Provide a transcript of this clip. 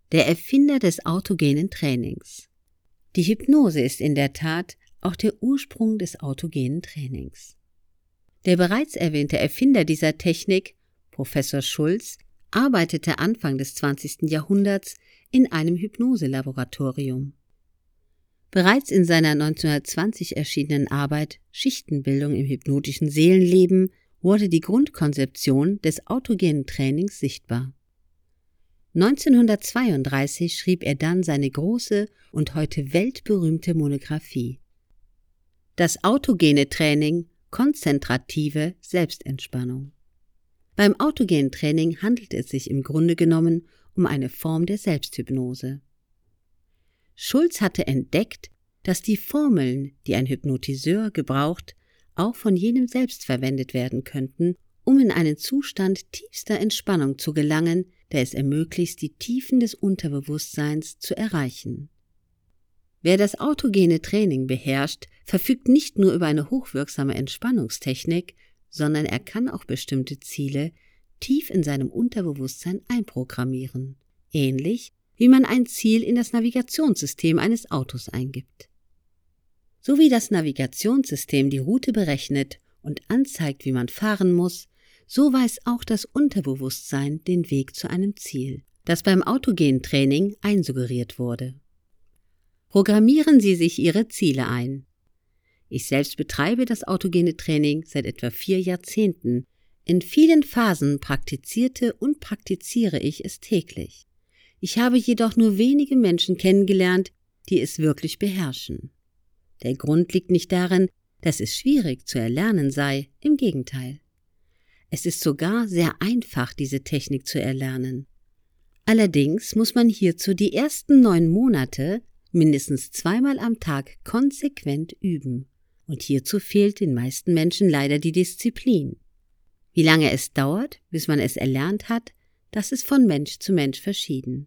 der Erfinder des autogenen Trainings. Die Hypnose ist in der Tat auch der Ursprung des autogenen Trainings. Der bereits erwähnte Erfinder dieser Technik, Professor Schultz, arbeitete Anfang des 20. Jahrhunderts in einem Hypnoselaboratorium. Bereits in seiner 1920 erschienenen Arbeit Schichtenbildung im hypnotischen Seelenleben wurde die Grundkonzeption des autogenen Trainings sichtbar. 1932 schrieb er dann seine große und heute weltberühmte Monographie. Das autogene Training, konzentrative Selbstentspannung. Beim autogenen Training handelt es sich im Grunde genommen um eine Form der Selbsthypnose. Schultz hatte entdeckt, dass die Formeln, die ein Hypnotiseur gebraucht, auch von jenem selbst verwendet werden könnten, um in einen Zustand tiefster Entspannung zu gelangen, der es ermöglicht, die Tiefen des Unterbewusstseins zu erreichen. Wer das autogene Training beherrscht, verfügt nicht nur über eine hochwirksame Entspannungstechnik, sondern er kann auch bestimmte Ziele tief in seinem Unterbewusstsein einprogrammieren, ähnlich wie man ein Ziel in das Navigationssystem eines Autos eingibt. So wie das Navigationssystem die Route berechnet und anzeigt, wie man fahren muss, so weiß auch das Unterbewusstsein den Weg zu einem Ziel, das beim autogenen Training einsuggeriert wurde. Programmieren Sie sich Ihre Ziele ein. Ich selbst betreibe das autogene Training seit etwa 4 Jahrzehnten. In vielen Phasen praktizierte und praktiziere ich es täglich. Ich habe jedoch nur wenige Menschen kennengelernt, die es wirklich beherrschen. Der Grund liegt nicht darin, dass es schwierig zu erlernen sei, im Gegenteil. Es ist sogar sehr einfach, diese Technik zu erlernen. Allerdings muss man hierzu die ersten 9 Monate mindestens 2-mal am Tag konsequent üben. Und hierzu fehlt den meisten Menschen leider die Disziplin. Wie lange es dauert, bis man es erlernt hat, das ist von Mensch zu Mensch verschieden.